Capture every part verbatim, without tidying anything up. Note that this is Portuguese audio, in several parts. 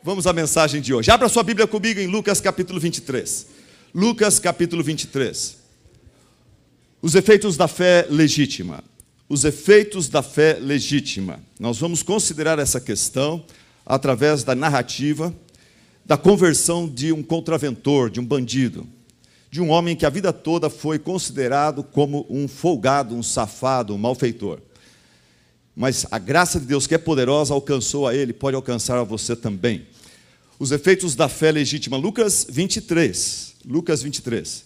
Vamos à mensagem de hoje. Abra sua Bíblia comigo em Lucas capítulo vinte e três. Lucas capítulo vinte e três. Os efeitos da fé legítima. Os efeitos da fé legítima. Nós vamos considerar essa questão através da narrativa da conversão de um contraventor, de um bandido, de um homem que a vida toda foi considerado como um folgado, um safado, um malfeitor. Mas a graça de Deus, que é poderosa, alcançou a ele, pode alcançar a você também. Os efeitos da fé legítima. Lucas vinte e três. Lucas vinte e três.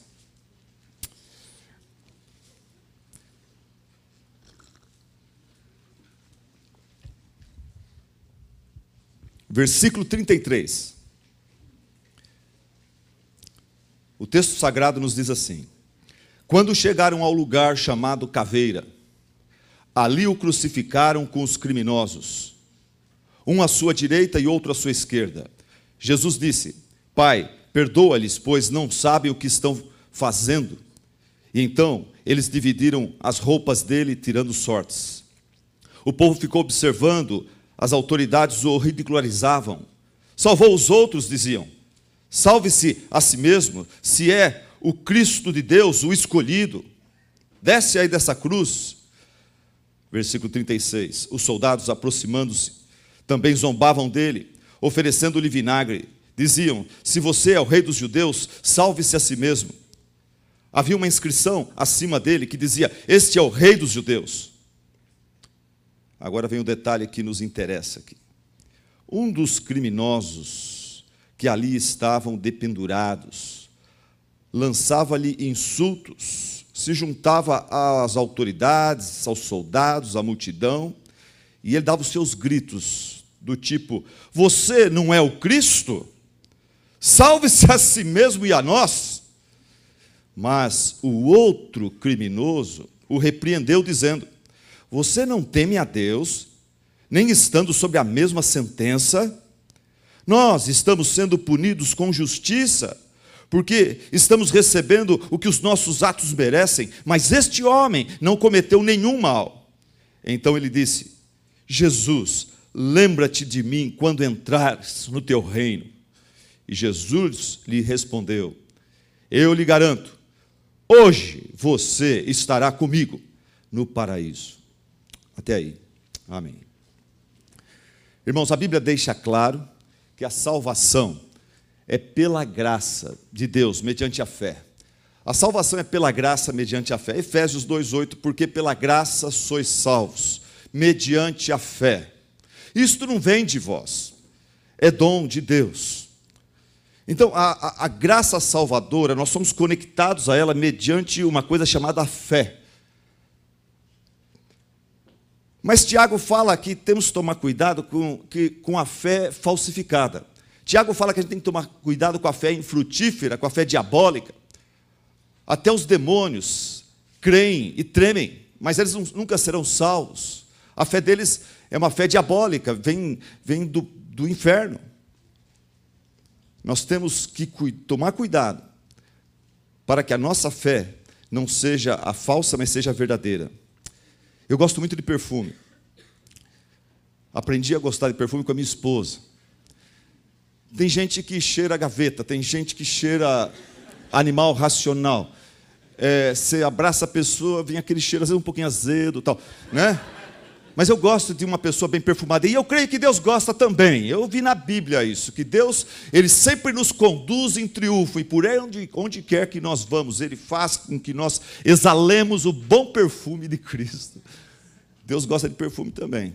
Versículo trinta e três. O texto sagrado nos diz assim: quando chegaram ao lugar chamado Caveira, ali o crucificaram com os criminosos, um à sua direita e outro à sua esquerda. Jesus disse: Pai, perdoa-lhes, pois não sabem o que estão fazendo. E então eles dividiram as roupas dele, tirando sortes. O povo ficou observando, as autoridades o ridicularizavam. Salvou os outros, diziam. Salve-se a si mesmo, se é o Cristo de Deus, o escolhido. Desce aí dessa cruz. Versículo trinta e seis. Os soldados, aproximando-se, também zombavam dele, oferecendo-lhe vinagre. Diziam: se você é o rei dos judeus, salve-se a si mesmo. Havia uma inscrição acima dele que dizia: este é o rei dos judeus. Agora vem o detalhe que nos interessa aqui. Um dos criminosos que ali estavam dependurados lançava-lhe insultos, se juntava às autoridades, aos soldados, à multidão, e ele dava os seus gritos, do tipo: você não é o Cristo? Salve-se a si mesmo e a nós. Mas o outro criminoso o repreendeu, dizendo: você não teme a Deus, nem estando sob a mesma sentença? Nós estamos sendo punidos com justiça, porque estamos recebendo o que os nossos atos merecem, mas este homem não cometeu nenhum mal. Então ele disse: Jesus, lembra-te de mim quando entrares no teu reino. E Jesus lhe respondeu: eu lhe garanto, hoje você estará comigo no paraíso. Até aí. Amém. Irmãos, a Bíblia deixa claro que a salvação é pela graça de Deus, mediante a fé. A salvação é pela graça, mediante a fé. Efésios dois, oito, porque pela graça sois salvos, mediante a fé. Isto não vem de vós, é dom de Deus. Então, a, a, a graça salvadora, nós somos conectados a ela mediante uma coisa chamada fé. Mas Tiago fala que temos que tomar cuidado com, que, com a fé falsificada. Tiago fala que a gente tem que tomar cuidado com a fé infrutífera, com a fé diabólica. Até os demônios creem e tremem, mas eles nunca serão salvos. A fé deles é uma fé diabólica, vem, vem do, do inferno. Nós temos que tomar cuidado para que a nossa fé não seja a falsa, mas seja a verdadeira. Eu gosto muito de perfume. Aprendi a gostar de perfume com a minha esposa. Tem gente que cheira gaveta, tem gente que cheira animal racional. É, você abraça a pessoa, vem aquele cheiro, às vezes um pouquinho azedo, tal, né? Mas eu gosto de uma pessoa bem perfumada, e eu creio que Deus gosta também. Eu vi na Bíblia isso, que Deus, Ele sempre nos conduz em triunfo, e por onde, onde quer que nós vamos, Ele faz com que nós exalemos o bom perfume de Cristo. Deus gosta de perfume também.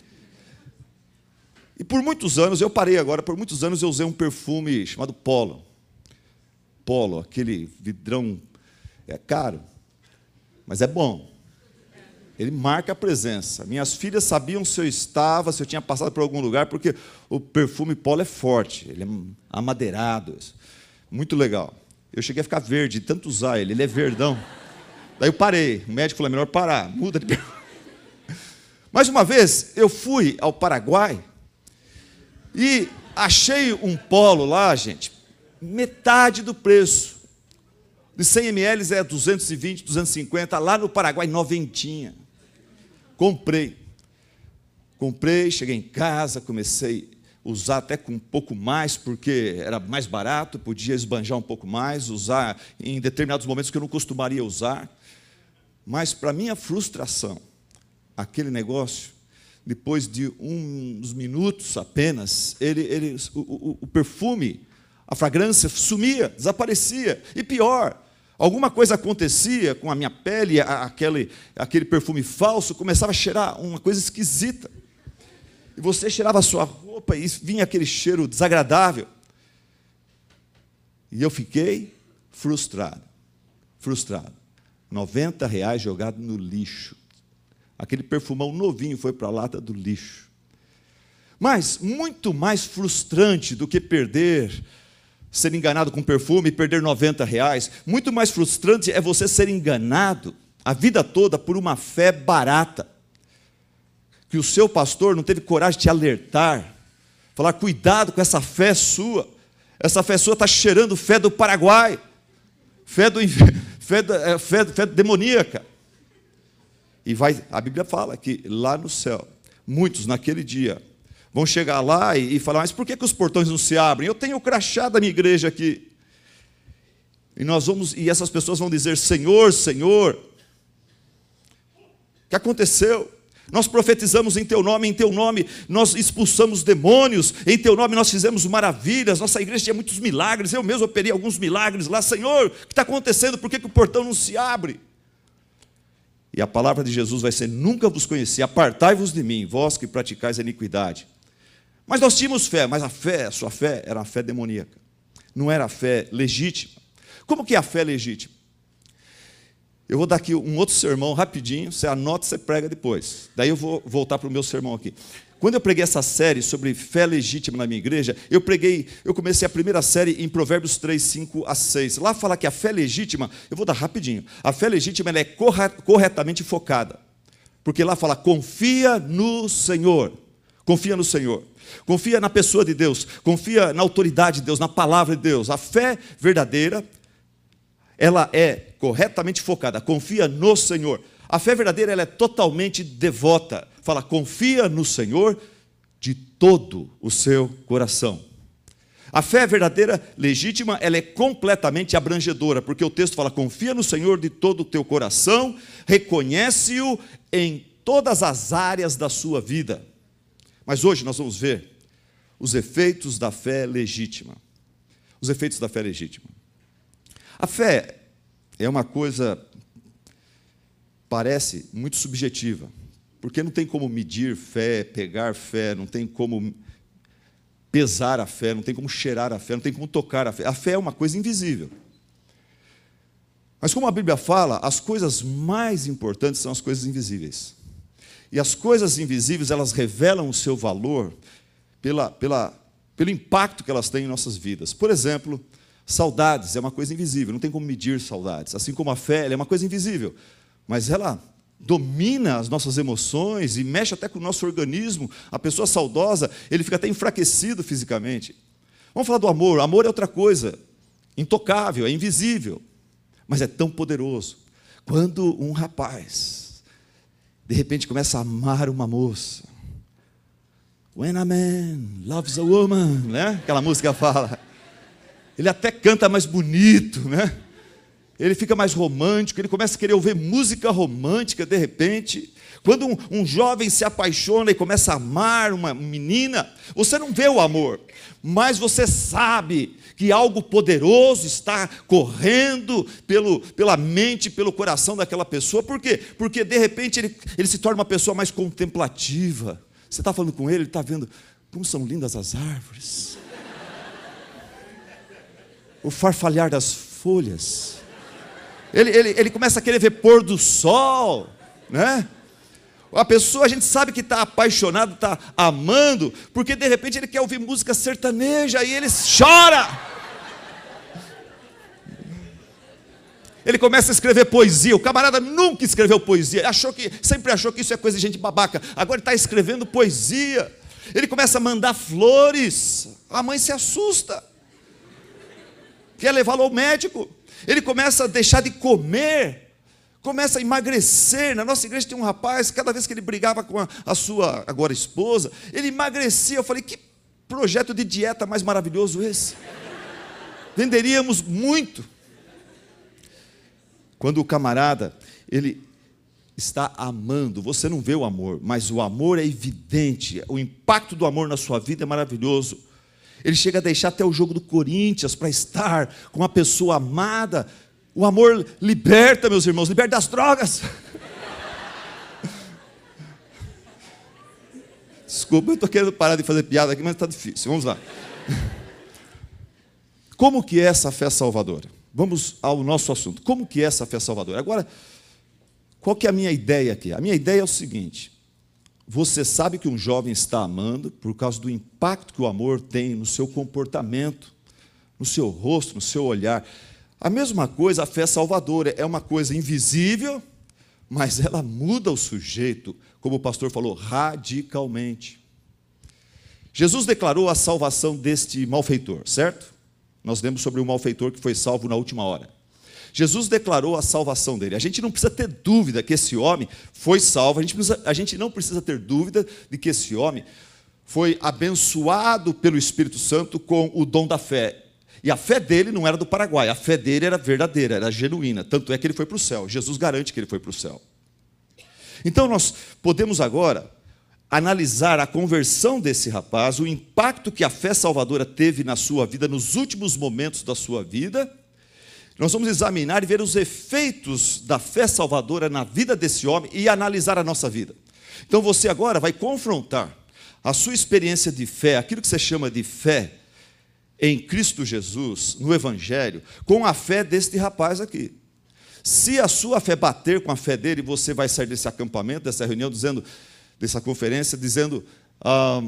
E por muitos anos, eu parei agora, por muitos anos eu usei um perfume chamado Polo. Polo, aquele vidrão, é caro, mas é bom. Ele marca a presença. Minhas filhas sabiam se eu estava, se eu tinha passado por algum lugar, porque o perfume Polo é forte, ele é amadeirado, muito legal. Eu cheguei a ficar verde, de tanto usar ele, ele é verdão. Daí eu parei, o médico falou: é melhor parar, muda de perfume. Mais uma vez, eu fui ao Paraguai e achei um Polo lá, gente, metade do preço. De cem mililitros é duzentos e vinte, duzentos e cinquenta, lá no Paraguai, noventinha. Comprei. Comprei, cheguei em casa, comecei usar até com um pouco mais, porque era mais barato, podia esbanjar um pouco mais, usar em determinados momentos que eu não costumaria usar. Mas, para minha frustração, aquele negócio, depois de uns minutos apenas, ele, ele, o, o, o perfume, a fragrância sumia, desaparecia. E pior, alguma coisa acontecia com a minha pele, aquele, aquele perfume falso começava a cheirar uma coisa esquisita. E você cheirava a sua roupa e vinha aquele cheiro desagradável. E eu fiquei frustrado, frustrado. noventa reais jogado no lixo. Aquele perfumão novinho foi para a lata do lixo. Mas muito mais frustrante do que perder, ser enganado com perfume e perder noventa reais, muito mais frustrante é você ser enganado a vida toda por uma fé barata, que o seu pastor não teve coragem de te alertar, falar, cuidado com essa fé sua, essa fé sua está cheirando fé do Paraguai, fé, do, fé, da, fé, fé demoníaca. E vai, a Bíblia fala que lá no céu, muitos naquele dia vão chegar lá e, e falar, mas por que, que os portões não se abrem? Eu tenho o crachá da minha igreja aqui. E nós vamos, e essas pessoas vão dizer, Senhor, Senhor, o que aconteceu? Nós profetizamos em teu nome, em teu nome nós expulsamos demônios, em teu nome nós fizemos maravilhas, nossa igreja tinha muitos milagres, eu mesmo operei alguns milagres lá, Senhor, o que está acontecendo? Por que, que o portão não se abre? E a palavra de Jesus vai ser, nunca vos conheci, apartai-vos de mim, vós que praticais a iniquidade. Mas nós tínhamos fé, mas a fé, a sua fé, era a fé demoníaca, não era a fé legítima. Como que é a fé legítima? Eu vou dar aqui um outro sermão rapidinho, você anota e você prega depois. Daí eu vou voltar para o meu sermão aqui. Quando eu preguei essa série sobre fé legítima na minha igreja, eu preguei, eu comecei a primeira série em Provérbios três, cinco a seis. Lá fala que a fé legítima, eu vou dar rapidinho, a fé legítima ela é corretamente focada. Porque lá fala, confia no Senhor. Confia no Senhor. Confia na pessoa de Deus. Confia na autoridade de Deus, na palavra de Deus. A fé verdadeira, ela é corretamente focada, confia no Senhor. A fé verdadeira ela é totalmente devota. Fala, confia no Senhor de todo o seu coração. A fé verdadeira, legítima, ela é completamente abrangedora, porque o texto fala, confia no Senhor de todo o teu coração, reconhece-o em todas as áreas da sua vida. Mas hoje nós vamos ver os efeitos da fé legítima. Os efeitos da fé legítima. A fé é uma coisa, parece muito subjetiva, porque não tem como medir fé, pegar fé, não tem como pesar a fé, não tem como cheirar a fé, não tem como tocar a fé. A fé é uma coisa invisível. Mas como a Bíblia fala, as coisas mais importantes são as coisas invisíveis. E as coisas invisíveis, elas revelam o seu valor pela, pela, pelo impacto que elas têm em nossas vidas. Por exemplo, saudades é uma coisa invisível, não tem como medir saudades. Assim como a fé, ela é uma coisa invisível, mas ela domina as nossas emoções e mexe até com o nosso organismo. A pessoa saudosa, ele fica até enfraquecido fisicamente. Vamos falar do amor. O amor é outra coisa, intocável, é invisível, mas é tão poderoso. Quando um rapaz, de repente, começa a amar uma moça. When a man loves a woman, né? Aquela música fala. Ele até canta mais bonito, né? Ele fica mais romântico, ele começa a querer ouvir música romântica, de repente. Quando um, um jovem se apaixona e começa a amar uma menina, você não vê o amor, mas você sabe que algo poderoso está correndo pelo, pela mente, pelo coração daquela pessoa. Por quê? Porque, de repente, ele, ele se torna uma pessoa mais contemplativa. Você está falando com ele, ele está vendo como são lindas as árvores. O farfalhar das folhas. Ele, ele, ele começa a querer ver pôr do sol, né? A pessoa, a gente sabe que está apaixonado, está amando, porque de repente ele quer ouvir música sertaneja e ele chora. Ele começa a escrever poesia. O camarada nunca escreveu poesia, achou que, sempre achou que isso é coisa de gente babaca. Agora ele está escrevendo poesia. Ele começa a mandar flores. A mãe se assusta, quer levá-lo ao médico. Ele começa a deixar de comer, começa a emagrecer. Na nossa igreja tem um rapaz, cada vez que ele brigava com a, a sua agora esposa, ele emagrecia. Eu falei, que projeto de dieta mais maravilhoso esse? Venderíamos muito. Quando o camarada, ele está amando, você não vê o amor, mas o amor é evidente, o impacto do amor na sua vida é maravilhoso. Ele chega a deixar até o jogo do Corinthians para estar com uma pessoa amada. O amor liberta, meus irmãos, liberta das drogas. Desculpa, eu estou querendo parar de fazer piada aqui, mas está difícil. Vamos lá. Como que é essa fé salvadora? Vamos ao nosso assunto. Como que é essa fé salvadora? Agora, qual que é a minha ideia aqui? A minha ideia é o seguinte: você sabe que um jovem está amando por causa do impacto que o amor tem no seu comportamento, no seu rosto, no seu olhar. A mesma coisa, a fé salvadora é uma coisa invisível, mas ela muda o sujeito, como o pastor falou, radicalmente. Jesus declarou a salvação deste malfeitor, certo? Nós lemos sobre o malfeitor que foi salvo na última hora. Jesus declarou a salvação dele. A gente não precisa ter dúvida que esse homem foi salvo, a gente, precisa, a gente não precisa ter dúvida de que esse homem foi abençoado pelo Espírito Santo com o dom da fé. E a fé dele não era do Paraguai, a fé dele era verdadeira, era genuína. Tanto é que ele foi para o céu. Jesus garante que ele foi para o céu. Então nós podemos agora analisar a conversão desse rapaz, o impacto que a fé salvadora teve na sua vida, nos últimos momentos da sua vida. Nós vamos examinar e ver os efeitos da fé salvadora na vida desse homem e analisar a nossa vida. Então você agora vai confrontar a sua experiência de fé, aquilo que você chama de fé em Cristo Jesus, no Evangelho, com a fé deste rapaz aqui. Se a sua fé bater com a fé dele, você vai sair desse acampamento, dessa reunião, dizendo, dessa conferência, dizendo, ah,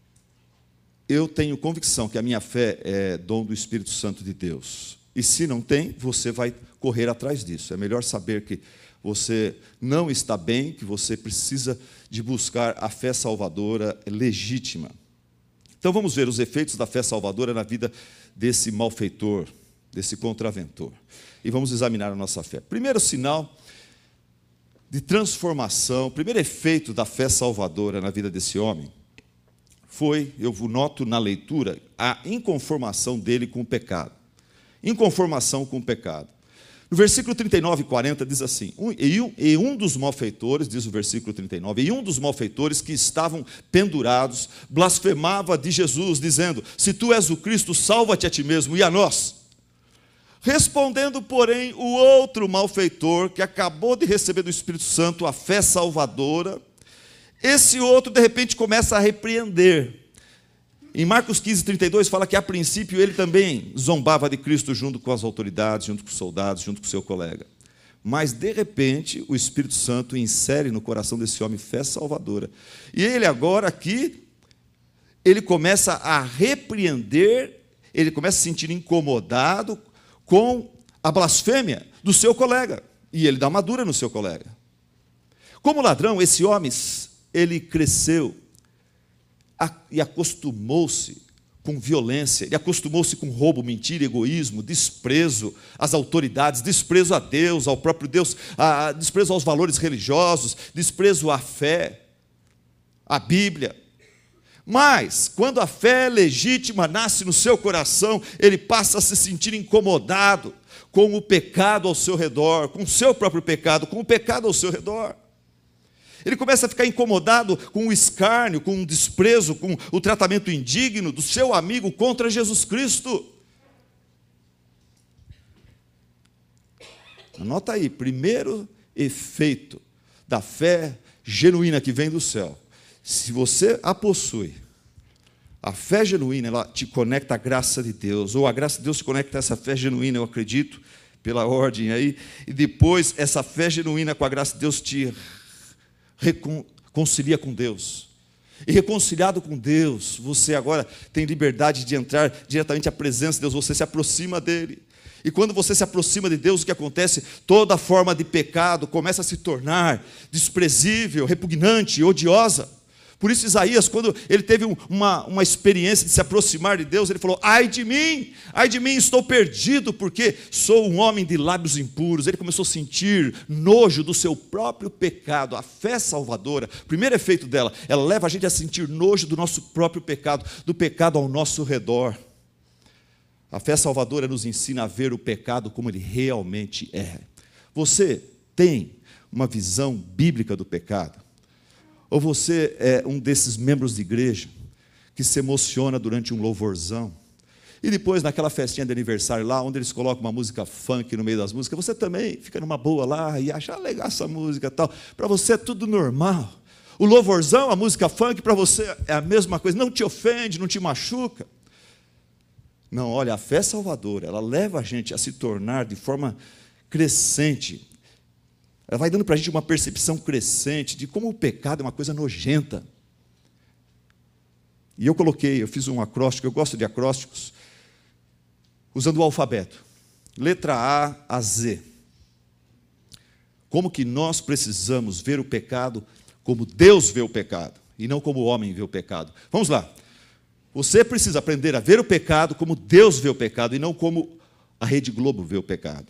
eu tenho convicção que a minha fé é dom do Espírito Santo de Deus. E se não tem, você vai correr atrás disso. É melhor saber que você não está bem, que você precisa de buscar a fé salvadora legítima. Então vamos ver os efeitos da fé salvadora na vida desse malfeitor, desse contraventor. E vamos examinar a nossa fé. Primeiro sinal de transformação, primeiro efeito da fé salvadora na vida desse homem, foi, eu noto na leitura, a inconformação dele com o pecado. Inconformação com o pecado. No versículo trinta e nove e quarenta diz assim, um, e, um, e um dos malfeitores, diz o versículo trinta e nove, e um dos malfeitores que estavam pendurados, blasfemava de Jesus, dizendo, se tu és o Cristo, salva-te a ti mesmo e a nós. Respondendo, porém, o outro malfeitor, que acabou de receber do Espírito Santo a fé salvadora, esse outro, de repente, começa a repreender. Em Marcos quinze, trinta e dois, fala que, a princípio, ele também zombava de Cristo junto com as autoridades, junto com os soldados, junto com o seu colega. Mas, de repente, o Espírito Santo insere no coração desse homem fé salvadora. E ele agora aqui, ele começa a repreender, ele começa a se sentir incomodado com a blasfêmia do seu colega. E ele dá uma dura no seu colega. Como ladrão, esse homem, ele cresceu e acostumou-se com violência, ele acostumou-se com roubo, mentira, egoísmo, desprezo às autoridades, desprezo a Deus, ao próprio Deus, a, a, desprezo aos valores religiosos, desprezo à fé, à Bíblia. Mas, quando a fé legítima nasce no seu coração, ele passa a se sentir incomodado com o pecado ao seu redor, com o seu próprio pecado, com o pecado ao seu redor. Ele começa a ficar incomodado com o escárnio, com o desprezo, com o tratamento indigno do seu amigo contra Jesus Cristo. Anota aí, primeiro efeito da fé genuína que vem do céu. Se você a possui, a fé genuína, ela te conecta à graça de Deus, ou a graça de Deus te conecta a essa fé genuína, eu acredito, pela ordem aí, e depois essa fé genuína com a graça de Deus te reconcilia com Deus. E reconciliado com Deus, você agora tem liberdade de entrar diretamente à presença de Deus, você se aproxima dele. E quando você se aproxima de Deus, o que acontece? Toda forma de pecado começa a se tornar desprezível, repugnante, odiosa. Por isso, Isaías, quando ele teve uma, uma experiência de se aproximar de Deus, ele falou: ai de mim, ai de mim, estou perdido, porque sou um homem de lábios impuros. Ele começou a sentir nojo do seu próprio pecado. A fé salvadora, o primeiro efeito dela, ela leva a gente a sentir nojo do nosso próprio pecado, do pecado ao nosso redor. A fé salvadora nos ensina a ver o pecado como ele realmente é. Você tem uma visão bíblica do pecado? Ou você é um desses membros de igreja que se emociona durante um louvorzão e depois naquela festinha de aniversário lá, onde eles colocam uma música funk no meio das músicas, você também fica numa boa lá e acha legal essa música e tal. Para você é tudo normal. O louvorzão, a música funk, para você é a mesma coisa, não te ofende, não te machuca. Não, olha, a fé salvadora, ela leva a gente a se tornar de forma crescente. Ela vai dando para a gente uma percepção crescente de como o pecado é uma coisa nojenta. E eu coloquei, eu fiz um acróstico, eu gosto de acrósticos, usando o alfabeto. Letra A a Z. Como que nós precisamos ver o pecado como Deus vê o pecado, e não como o homem vê o pecado. Vamos lá. Você precisa aprender a ver o pecado como Deus vê o pecado, e não como a Rede Globo vê o pecado.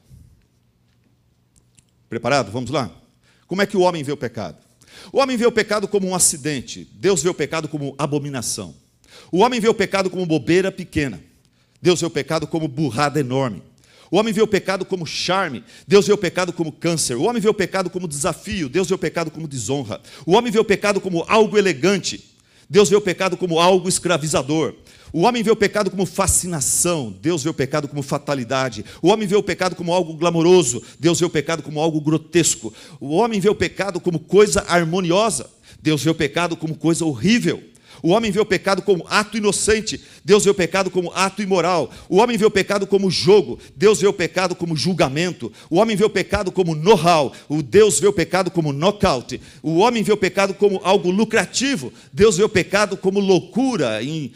Preparado? Vamos lá? Como é que o homem vê o pecado? O homem vê o pecado como um acidente. Deus vê o pecado como abominação. O homem vê o pecado como bobeira pequena. Deus vê o pecado como burrada enorme. O homem vê o pecado como charme. Deus vê o pecado como câncer. O homem vê o pecado como desafio. Deus vê o pecado como desonra. O homem vê o pecado como algo elegante. Deus vê o pecado como algo escravizador. O homem vê o pecado como fascinação, Deus vê o pecado como fatalidade. O homem vê o pecado como algo glamouroso, Deus vê o pecado como algo grotesco. O homem vê o pecado como coisa harmoniosa, Deus vê o pecado como coisa horrível. O homem vê o pecado como ato inocente, Deus vê o pecado como ato imoral. O homem vê o pecado como jogo, Deus vê o pecado como julgamento. O homem vê o pecado como know-how, o Deus vê o pecado como knockout. O homem vê o pecado como algo lucrativo, Deus vê o pecado como loucura. Em,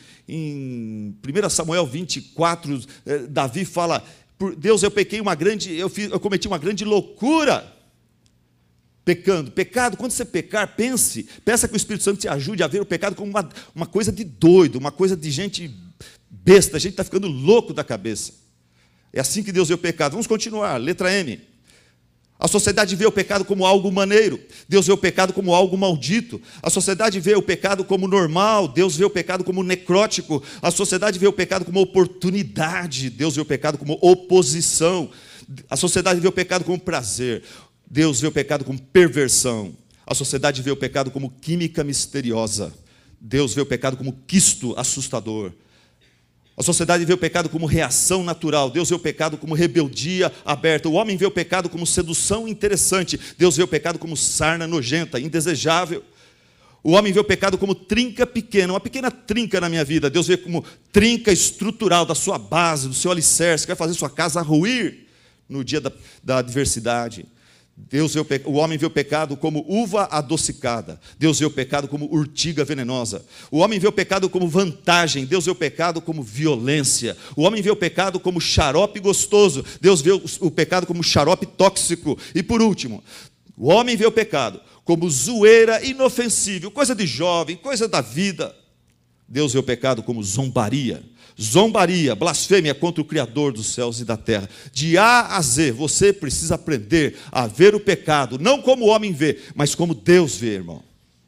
em primeiro Samuel vinte e quatro, Davi fala: por Deus, eu pequei uma grande, eu, fiz, eu cometi uma grande loucura. Pecando, pecado, quando você pecar, pense, peça que o Espírito Santo te ajude a ver o pecado como uma, uma coisa de doido, uma coisa de gente besta, a gente está ficando louco da cabeça. É assim que Deus vê o pecado. Vamos continuar, letra M. A sociedade vê o pecado como algo maneiro, Deus vê o pecado como algo maldito. A sociedade vê o pecado como normal, Deus vê o pecado como necrótico. A sociedade vê o pecado como oportunidade, Deus vê o pecado como oposição. A sociedade vê o pecado como prazer, Deus vê o pecado como perversão. A sociedade vê o pecado como química misteriosa, Deus vê o pecado como quisto assustador. A sociedade vê o pecado como reação natural, Deus vê o pecado como rebeldia aberta. O homem vê o pecado como sedução interessante, Deus vê o pecado como sarna nojenta, indesejável. O homem vê o pecado como trinca pequena, uma pequena trinca na minha vida, Deus vê como trinca estrutural da sua base, do seu alicerce, que vai fazer sua casa ruir no dia da, da adversidade. Deus vê o, pe... o homem vê o pecado como uva adocicada, Deus vê o pecado como urtiga venenosa. O homem vê o pecado como vantagem, Deus vê o pecado como violência. O homem vê o pecado como xarope gostoso, Deus vê o pecado como xarope tóxico. E por último, o homem vê o pecado como zoeira inofensível, coisa de jovem, coisa da vida. Deus vê o pecado como zombaria. Zombaria, blasfêmia contra o Criador dos céus e da terra. De A a Z, você precisa aprender a ver o pecado, não como o homem vê, mas como Deus vê, irmão.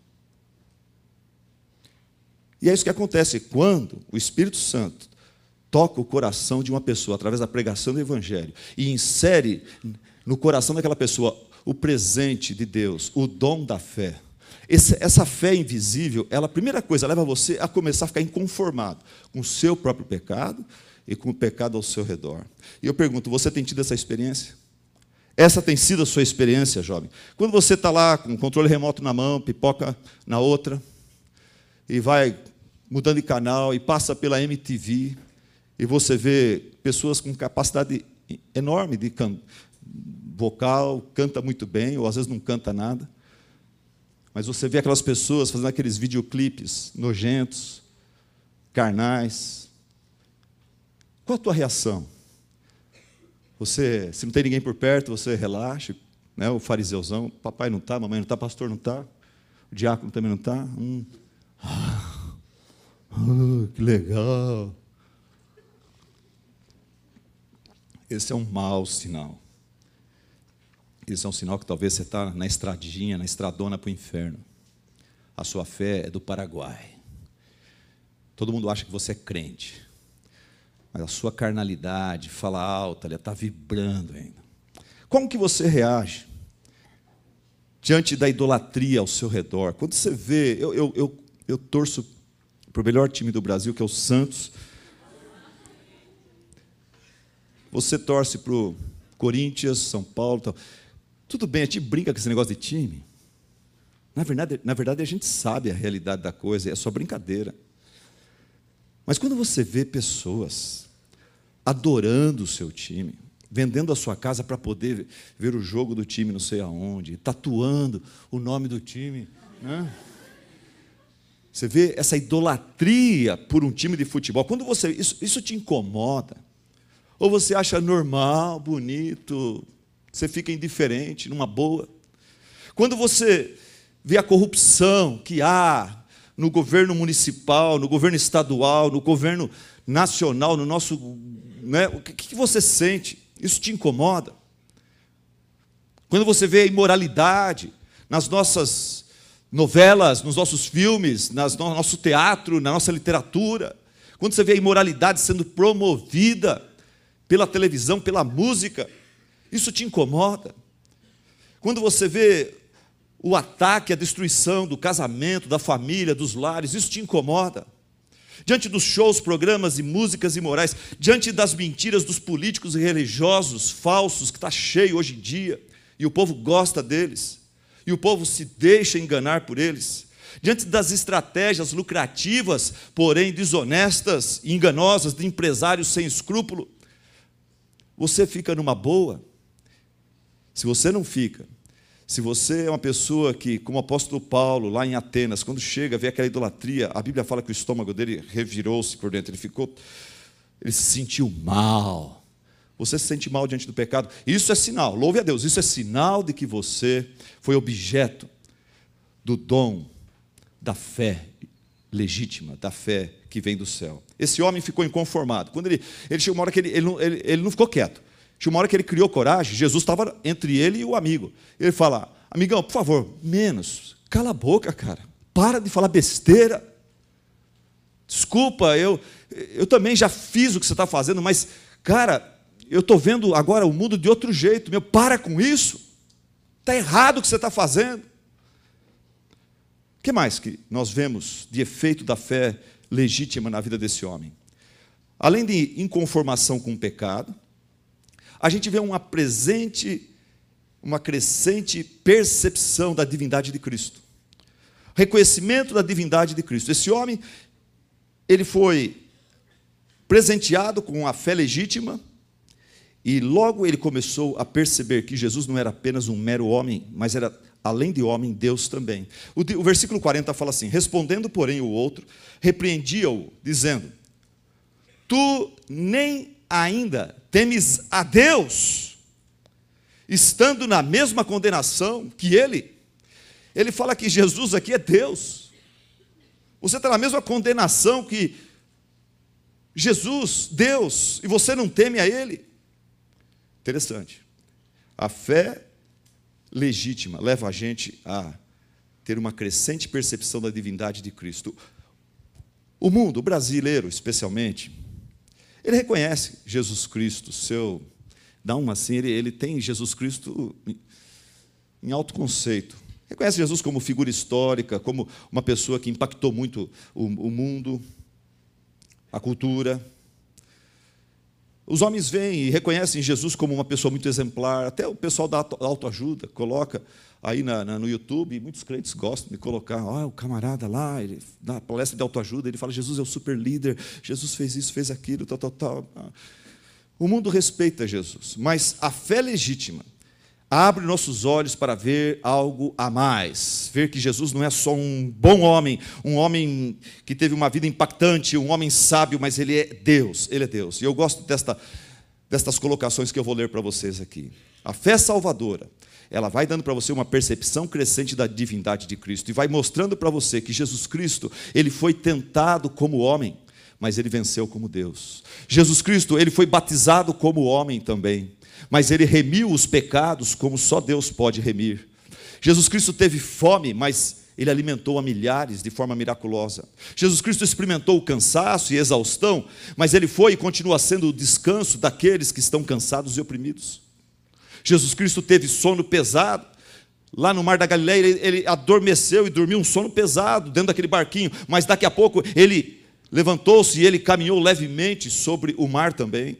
E é isso que acontece quando o Espírito Santo toca o coração de uma pessoa através da pregação do Evangelho e insere no coração daquela pessoa o presente de Deus, o dom da fé. Esse, essa fé invisível, ela, a primeira coisa, leva você a começar a ficar inconformado com o seu próprio pecado e com o pecado ao seu redor. E eu pergunto, você tem tido essa experiência? Essa tem sido a sua experiência, jovem? Quando você está lá com o controle remoto na mão, pipoca na outra, e vai mudando de canal, e passa pela M T V, e você vê pessoas com capacidade enorme de can... vocal, canta muito bem, ou às vezes não canta nada. Mas você vê aquelas pessoas fazendo aqueles videoclipes nojentos, carnais. Qual a tua reação? Você, se não tem ninguém por perto, você relaxa, né? O fariseuzão, papai não está, mamãe não está, pastor não está, o diácono também não está. Hum, Oh, que legal. Esse é um mau sinal. Esse é um sinal que talvez você está na estradinha, na estradona para o inferno. A sua fé é do Paraguai. Todo mundo acha que você é crente, mas a sua carnalidade fala alta, ela está vibrando ainda. Como que você reage diante da idolatria ao seu redor? Quando você vê, eu, eu, eu, eu torço para o melhor time do Brasil, que é o Santos. Você torce para o Corinthians, São Paulo, tal. Tudo bem, a gente brinca com esse negócio de time. Na verdade, na verdade, a gente sabe a realidade da coisa, é só brincadeira. Mas quando você vê pessoas adorando o seu time, vendendo a sua casa para poder ver o jogo do time não sei aonde, tatuando o nome do time, né? Você vê essa idolatria por um time de futebol. Quando você isso, isso te incomoda, ou você acha normal, bonito, você fica indiferente, numa boa. Quando você vê a corrupção que há no governo municipal, no governo estadual, no governo nacional, no nosso, né, o que, que você sente? Isso te incomoda? Quando você vê a imoralidade nas nossas novelas, nos nossos filmes, nas, no nosso teatro, na nossa literatura, quando você vê a imoralidade sendo promovida pela televisão, pela música, isso te incomoda? Quando você vê o ataque, a destruição do casamento, da família, dos lares, isso te incomoda? Diante dos shows, programas e músicas imorais, diante das mentiras dos políticos e religiosos falsos, que está cheio hoje em dia, e o povo gosta deles, e o povo se deixa enganar por eles, diante das estratégias lucrativas, porém desonestas e enganosas, de empresários sem escrúpulo, você fica numa boa? Se você não fica, se você é uma pessoa que, como o apóstolo Paulo, lá em Atenas, quando chega, vê aquela idolatria, a Bíblia fala que o estômago dele revirou-se por dentro, ele ficou, ele se sentiu mal. Você se sente mal diante do pecado, isso é sinal, louve a Deus, isso é sinal de que você foi objeto do dom da fé legítima, da fé que vem do céu. Esse homem ficou inconformado. Quando ele, ele chegou uma hora que ele, ele, não, ele, ele não ficou quieto. Chegou uma hora que ele criou coragem, Jesus estava entre ele e o amigo. Ele fala, amigão, por favor, menos, cala a boca, cara, para de falar besteira. Desculpa, eu, eu também já fiz o que você está fazendo, mas, cara, eu estou vendo agora o mundo de outro jeito, meu, para com isso, está errado o que você está fazendo. O que mais que nós vemos de efeito da fé legítima na vida desse homem? Além de inconformação com o pecado, a gente vê uma presente, uma crescente percepção da divindade de Cristo. Reconhecimento da divindade de Cristo. Esse homem, ele foi presenteado com a fé legítima e logo ele começou a perceber que Jesus não era apenas um mero homem, mas era, além de homem, Deus também. O, o versículo quarenta fala assim, respondendo, porém, o outro, repreendia-o, dizendo, tu nem ainda temes a Deus, estando na mesma condenação que ele. Ele fala que Jesus aqui é Deus. Você está na mesma condenação que Jesus, Deus, e você não teme a Ele. Interessante. A fé legítima leva a gente a ter uma crescente percepção da divindade de Cristo. O mundo, o brasileiro especialmente, ele reconhece Jesus Cristo, seu, dá uma assim, ele, ele tem Jesus Cristo em alto conceito. Reconhece Jesus como figura histórica, como uma pessoa que impactou muito o, o mundo, a cultura. Os homens veem e reconhecem Jesus como uma pessoa muito exemplar, até o pessoal da autoajuda coloca aí na, na, no YouTube, muitos crentes gostam de colocar, ah, o camarada lá, ele, na palestra de autoajuda, ele fala, Jesus é o super líder, Jesus fez isso, fez aquilo, tal, tal, tal. O mundo respeita Jesus, mas a fé legítima abre nossos olhos para ver algo a mais, ver que Jesus não é só um bom homem, um homem que teve uma vida impactante, um homem sábio, mas ele é Deus, ele é Deus. E eu gosto desta, destas colocações que eu vou ler para vocês aqui. A fé salvadora, ela vai dando para você uma percepção crescente da divindade de Cristo e vai mostrando para você que Jesus Cristo, ele foi tentado como homem, mas ele venceu como Deus. Jesus Cristo, ele foi batizado como homem também, mas ele remiu os pecados como só Deus pode remir. Jesus Cristo teve fome, mas ele alimentou a milhares de forma miraculosa. Jesus Cristo experimentou o cansaço e exaustão, mas ele foi e continua sendo o descanso daqueles que estão cansados e oprimidos. Jesus Cristo teve sono pesado. Lá no Mar da Galileia, ele, ele adormeceu e dormiu um sono pesado dentro daquele barquinho, mas daqui a pouco ele levantou-se e ele caminhou levemente sobre o mar também.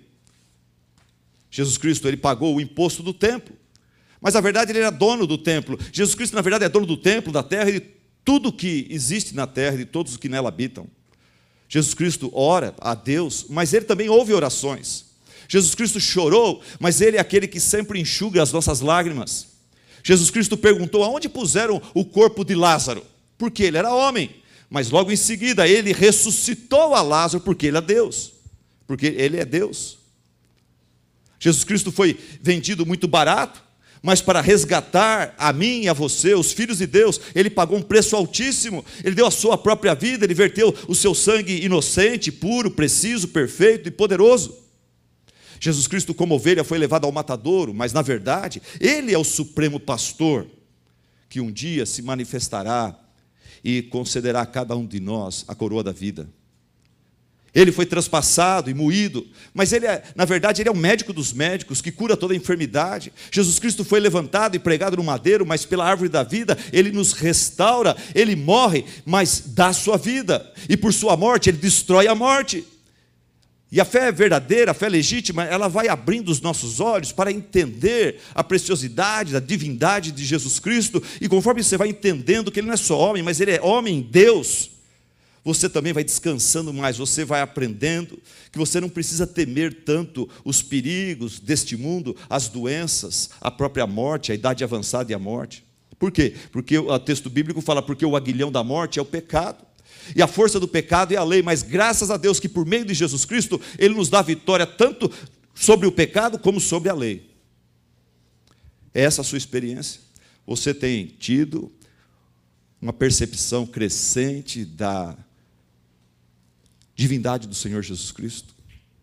Jesus Cristo, ele pagou o imposto do templo. Mas, na verdade, ele era dono do templo. Jesus Cristo, na verdade, é dono do templo, da terra e de tudo que existe na terra e de todos os que nela habitam. Jesus Cristo ora a Deus, mas ele também ouve orações. Jesus Cristo chorou, mas ele é aquele que sempre enxuga as nossas lágrimas. Jesus Cristo perguntou aonde puseram o corpo de Lázaro, porque ele era homem. Mas logo em seguida ele ressuscitou a Lázaro, porque ele é Deus. Porque ele é Deus. Jesus Cristo foi vendido muito barato, mas para resgatar a mim e a você, os filhos de Deus, ele pagou um preço altíssimo. Ele deu a sua própria vida, ele verteu o seu sangue inocente, puro, preciso, perfeito e poderoso. Jesus Cristo, como ovelha, foi levado ao matadouro, mas na verdade, ele é o supremo pastor, que um dia se manifestará e concederá a cada um de nós a coroa da vida. Ele foi transpassado e moído, mas ele é, na verdade, ele é o médico dos médicos, que cura toda a enfermidade. Jesus Cristo foi levantado e pregado no madeiro, mas pela árvore da vida, ele nos restaura, ele morre, mas dá a sua vida, e por sua morte, ele destrói a morte. E a fé verdadeira, a fé legítima, ela vai abrindo os nossos olhos para entender a preciosidade, da divindade de Jesus Cristo, e conforme você vai entendendo que ele não é só homem, mas ele é homem, Deus, você também vai descansando mais, você vai aprendendo que você não precisa temer tanto os perigos deste mundo, as doenças, a própria morte, a idade avançada e a morte. Por quê? Porque o texto bíblico fala, porque o aguilhão da morte é o pecado, e a força do pecado é a lei, mas graças a Deus que por meio de Jesus Cristo, ele nos dá vitória tanto sobre o pecado como sobre a lei. É essa a sua experiência? Você tem tido uma percepção crescente da divindade do Senhor Jesus Cristo?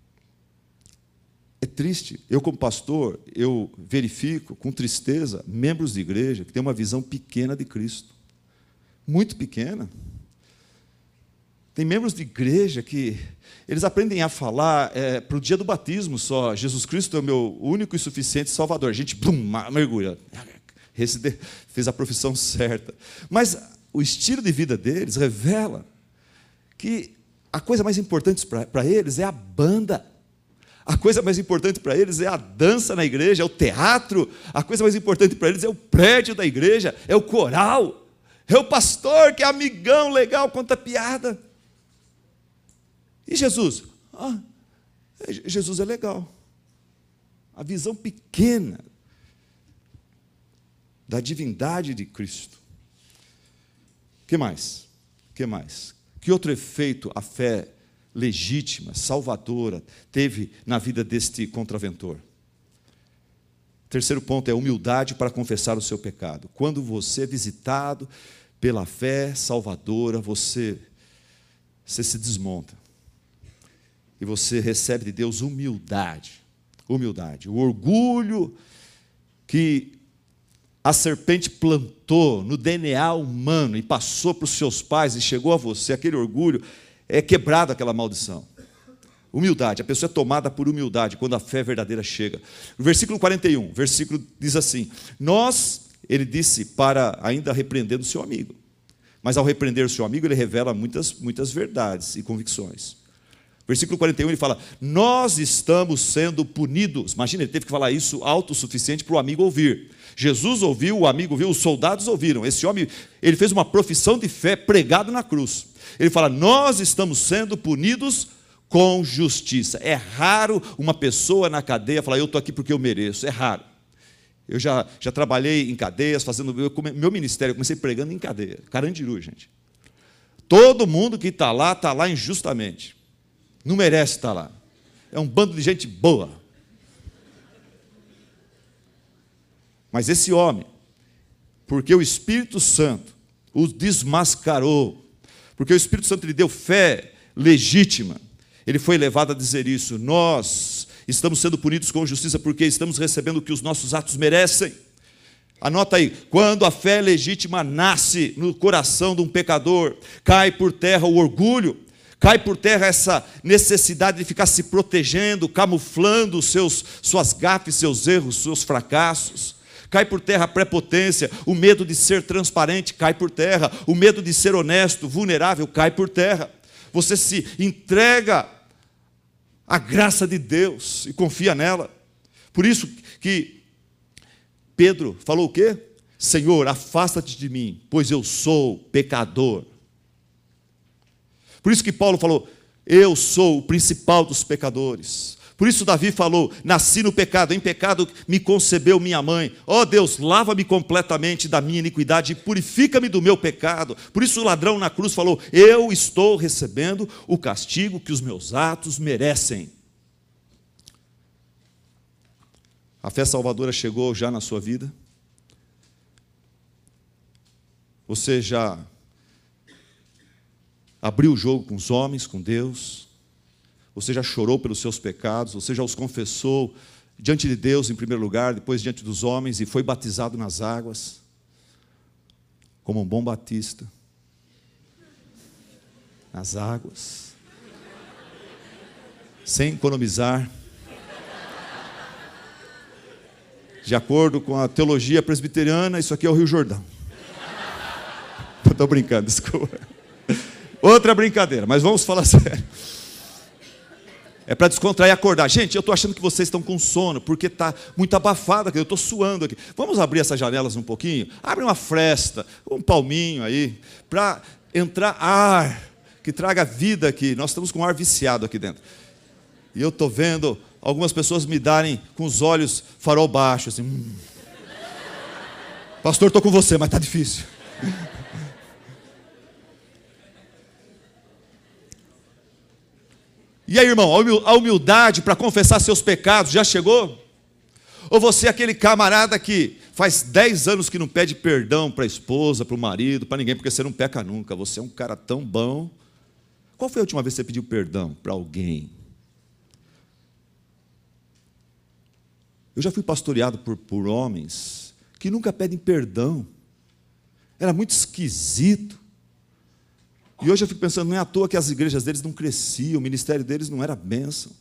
É triste. Eu, como pastor, eu verifico com tristeza membros de igreja que têm uma visão pequena de Cristo. Muito pequena. Tem membros de igreja que eles aprendem a falar é, para o dia do batismo só. Jesus Cristo é o meu único e suficiente Salvador. A gente, pum, mergulha. Esse fez a profissão certa. Mas o estilo de vida deles revela que a coisa mais importante para eles é a banda. A coisa mais importante para eles é a dança na igreja, é o teatro. A coisa mais importante para eles é o prédio da igreja, é o coral, é o pastor que é amigão, legal, conta piada. E Jesus? Ah, Jesus é legal. A visão pequena da divindade de Cristo. O que mais? O que mais? Que outro efeito a fé legítima, salvadora, teve na vida deste contraventor? Terceiro ponto é a humildade para confessar o seu pecado. Quando você é visitado pela fé salvadora, você, você se desmonta. E você recebe de Deus humildade. Humildade. O orgulho que a serpente plantou no D N A humano e passou para os seus pais e chegou a você, aquele orgulho, é quebrado aquela maldição. Humildade, a pessoa é tomada por humildade quando a fé verdadeira chega. No versículo quarenta e um, o versículo diz assim: nós, ele disse, para ainda repreendendo o seu amigo. Mas ao repreender o seu amigo, ele revela muitas, muitas verdades e convicções. Versículo quarenta e um, ele fala, nós estamos sendo punidos. Imagina, ele teve que falar isso alto o suficiente para o amigo ouvir. Jesus ouviu, o amigo ouviu, os soldados ouviram. Esse homem, ele fez uma profissão de fé pregado na cruz. Ele fala, nós estamos sendo punidos com justiça. É raro uma pessoa na cadeia falar, eu estou aqui porque eu mereço. É raro. Eu já, já trabalhei em cadeias, fazendo meu, meu ministério, eu comecei pregando em cadeia. Carandiru, gente. Todo mundo que está lá, está lá injustamente. Não merece estar lá. É um bando de gente boa. Mas esse homem, porque o Espírito Santo o desmascarou, porque o Espírito Santo lhe deu fé legítima, ele foi levado a dizer isso: nós estamos sendo punidos com justiça porque estamos recebendo o que os nossos atos merecem. Anota aí, quando a fé legítima nasce no coração de um pecador, cai por terra o orgulho, cai por terra essa necessidade de ficar se protegendo, camuflando os seus, suas gafes, seus erros, seus fracassos. Cai por terra a prepotência, o medo de ser transparente cai por terra, o medo de ser honesto, vulnerável, cai por terra. Você se entrega à graça de Deus e confia nela. Por isso que Pedro falou o quê? Senhor, afasta-te de mim, pois eu sou pecador. Por isso que Paulo falou, eu sou o principal dos pecadores. Por isso Davi falou, nasci no pecado, em pecado me concebeu minha mãe. Ó Deus, lava-me completamente da minha iniquidade e purifica-me do meu pecado. Por isso o ladrão na cruz falou, eu estou recebendo o castigo que os meus atos merecem. A fé salvadora chegou já na sua vida? Você já abriu o jogo com os homens, com Deus? Você já chorou pelos seus pecados? Você já os confessou diante de Deus em primeiro lugar, depois diante dos homens, e foi batizado nas águas? Como um bom batista. Nas águas. Sem economizar. De acordo com a teologia presbiteriana, isso aqui é o Rio Jordão. Estou brincando, desculpa. Outra brincadeira, mas vamos falar sério. É para descontrair e acordar. Gente, eu estou achando que vocês estão com sono, porque está muito abafado aqui, eu estou suando aqui. Vamos abrir essas janelas um pouquinho? Abre uma fresta, um palminho aí, para entrar ar, que traga vida aqui. Nós estamos com um ar viciado aqui dentro. E eu estou vendo algumas pessoas me darem com os olhos farol baixo, assim. Hum. Pastor, estou com você, mas está difícil. E aí, irmão, a humildade para confessar seus pecados já chegou? Ou você é aquele camarada que faz dez anos que não pede perdão para a esposa, para o marido, para ninguém, porque você não peca nunca, você é um cara tão bom. Qual foi a última vez que você pediu perdão para alguém? Eu já fui pastoreado por, por homens que nunca pedem perdão. Era muito esquisito. E hoje eu fico pensando, não é à toa que as igrejas deles não cresciam, o ministério deles não era bênção.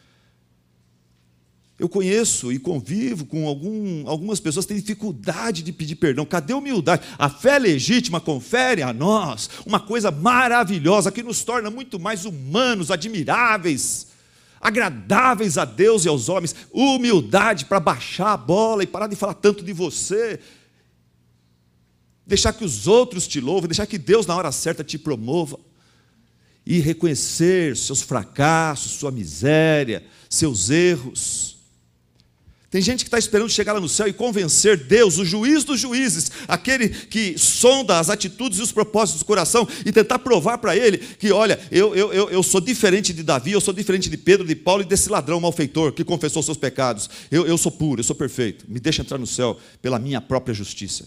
Eu conheço e convivo com algum, algumas pessoas que têm dificuldade de pedir perdão. Cadê a humildade? A fé legítima confere a nós uma coisa maravilhosa que nos torna muito mais humanos, admiráveis, agradáveis a Deus e aos homens. Humildade para baixar a bola e parar de falar tanto de você. Deixar que os outros te louvem, deixar que Deus na hora certa te promova. E reconhecer seus fracassos, sua miséria, seus erros. Tem gente que está esperando chegar lá no céu e convencer Deus, o juiz dos juízes, aquele que sonda as atitudes e os propósitos do coração, e tentar provar para ele que, olha, eu, eu, eu, eu sou diferente de Davi, eu sou diferente de Pedro, de Paulo e desse ladrão malfeitor que confessou seus pecados. Eu, eu sou puro, eu sou perfeito. Me deixa entrar no céu pela minha própria justiça.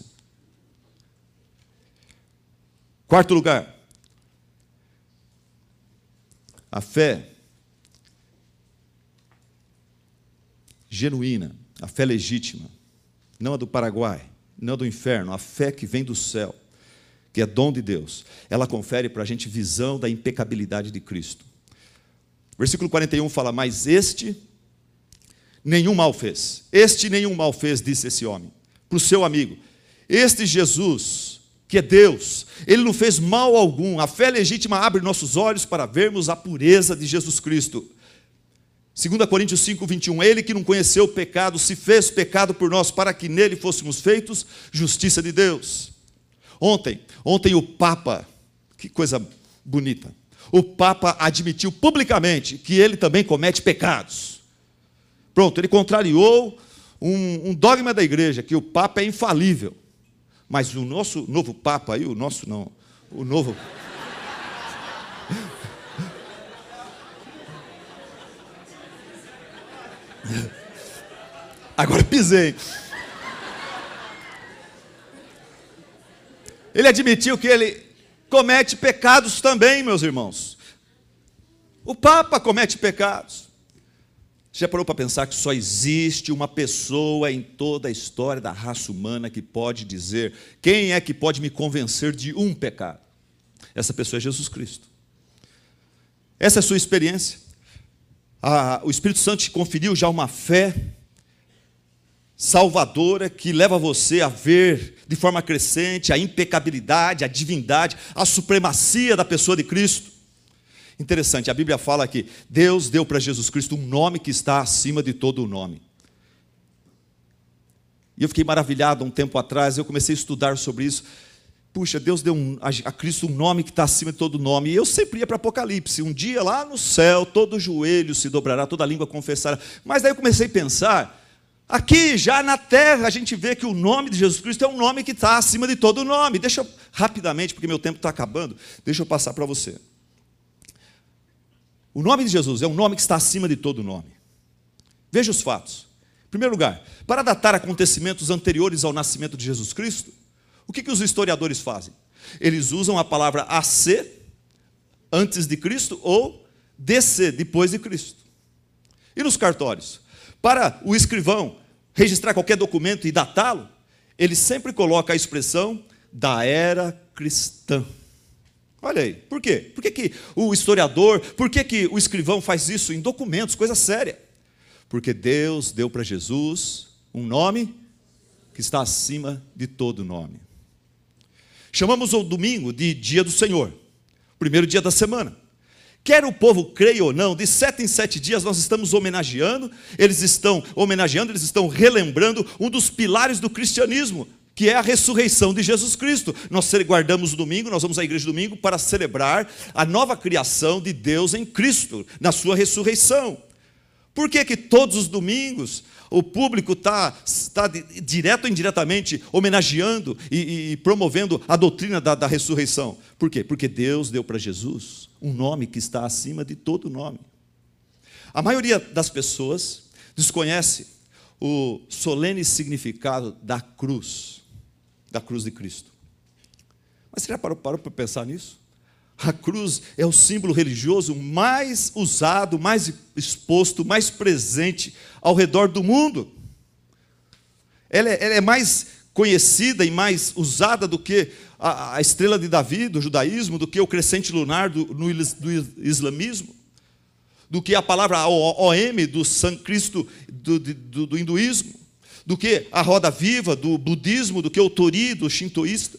Quarto lugar, a fé genuína, a fé legítima, não a do Paraguai, não a do inferno, a fé que vem do céu, que é dom de Deus, ela confere para a gente visão da impecabilidade de Cristo. Versículo quarenta e um fala, mas este nenhum mal fez, este nenhum mal fez, disse esse homem, para o seu amigo, este Jesus, que é Deus, Ele não fez mal algum. A fé legítima abre nossos olhos para vermos a pureza de Jesus Cristo. Segunda Coríntios cinco, vinte e um, Ele que não conheceu o pecado, se fez pecado por nós, para que nele fôssemos feitos justiça de Deus. Ontem, ontem o Papa, que coisa bonita, o Papa admitiu publicamente que ele também comete pecados. Pronto, ele contrariou um, um dogma da igreja, que o Papa é infalível. Mas o nosso novo Papa aí, o nosso não, o novo... Agora pisei. Ele admitiu que ele comete pecados também, meus irmãos. O Papa comete pecados. Já parou para pensar que só existe uma pessoa em toda a história da raça humana que pode dizer: quem é que pode me convencer de um pecado? Essa pessoa é Jesus Cristo. Essa é a sua experiência. Ah, o Espírito Santo te conferiu já uma fé salvadora que leva você a ver de forma crescente a impecabilidade, a divindade, a supremacia da pessoa de Cristo. Interessante, a Bíblia fala que Deus deu para Jesus Cristo um nome que está acima de todo o nome. E eu fiquei maravilhado um tempo atrás, eu comecei a estudar sobre isso. Puxa, Deus deu um, a Cristo um nome que está acima de todo nome. E eu sempre ia para Apocalipse. Um dia lá no céu, todo joelho se dobrará, toda língua confessará. Mas daí eu comecei a pensar, aqui já na terra a gente vê que o nome de Jesus Cristo é um nome que está acima de todo nome. Deixa eu, rapidamente, porque meu tempo está acabando, deixa eu passar para você. O nome de Jesus é um nome que está acima de todo nome. Veja os fatos. Em primeiro lugar, para datar acontecimentos anteriores ao nascimento de Jesus Cristo, o que, que os historiadores fazem? Eles usam a palavra A C, antes de Cristo, ou D C, depois de Cristo. E nos cartórios? Para o escrivão registrar qualquer documento e datá-lo, ele sempre coloca a expressão da era cristã. Olha aí, por quê? Por que, que o historiador, por que, que o escrivão faz isso em documentos, coisa séria? Porque Deus deu para Jesus um nome que está acima de todo nome. Chamamos o domingo de dia do Senhor, primeiro dia da semana. Quer o povo creia ou não, de sete em sete dias nós estamos homenageando, eles estão homenageando, eles estão relembrando um dos pilares do cristianismo, que é a ressurreição de Jesus Cristo. Nós guardamos o domingo, nós vamos à igreja domingo para celebrar a nova criação de Deus em Cristo, na sua ressurreição. Por que que todos os domingos o público está tá direto ou indiretamente homenageando e, e promovendo a doutrina da, da ressurreição? Por quê? Porque Deus deu para Jesus um nome que está acima de todo nome. A maioria das pessoas desconhece o solene significado da cruz, da cruz de Cristo. Mas você já parou, parou para pensar nisso? A cruz é o símbolo religioso mais usado, mais exposto, mais presente ao redor do mundo. Ela é, ela é mais conhecida e mais usada do que a, a estrela de Davi, do judaísmo, do que o crescente lunar do, no, do islamismo, do que a palavra O M do sânscrito do, do, do hinduísmo, do que a roda viva do budismo, do que o tori do shintoísta.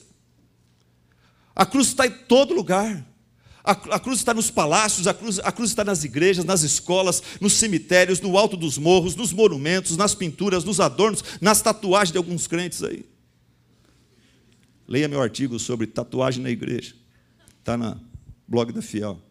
A cruz está em todo lugar. A, a cruz está nos palácios, a cruz, a cruz está nas igrejas, nas escolas, nos cemitérios, no alto dos morros, nos monumentos, nas pinturas, nos adornos, nas tatuagens de alguns crentes aí. Leia meu artigo sobre tatuagem na igreja. Está no blog da Fiel.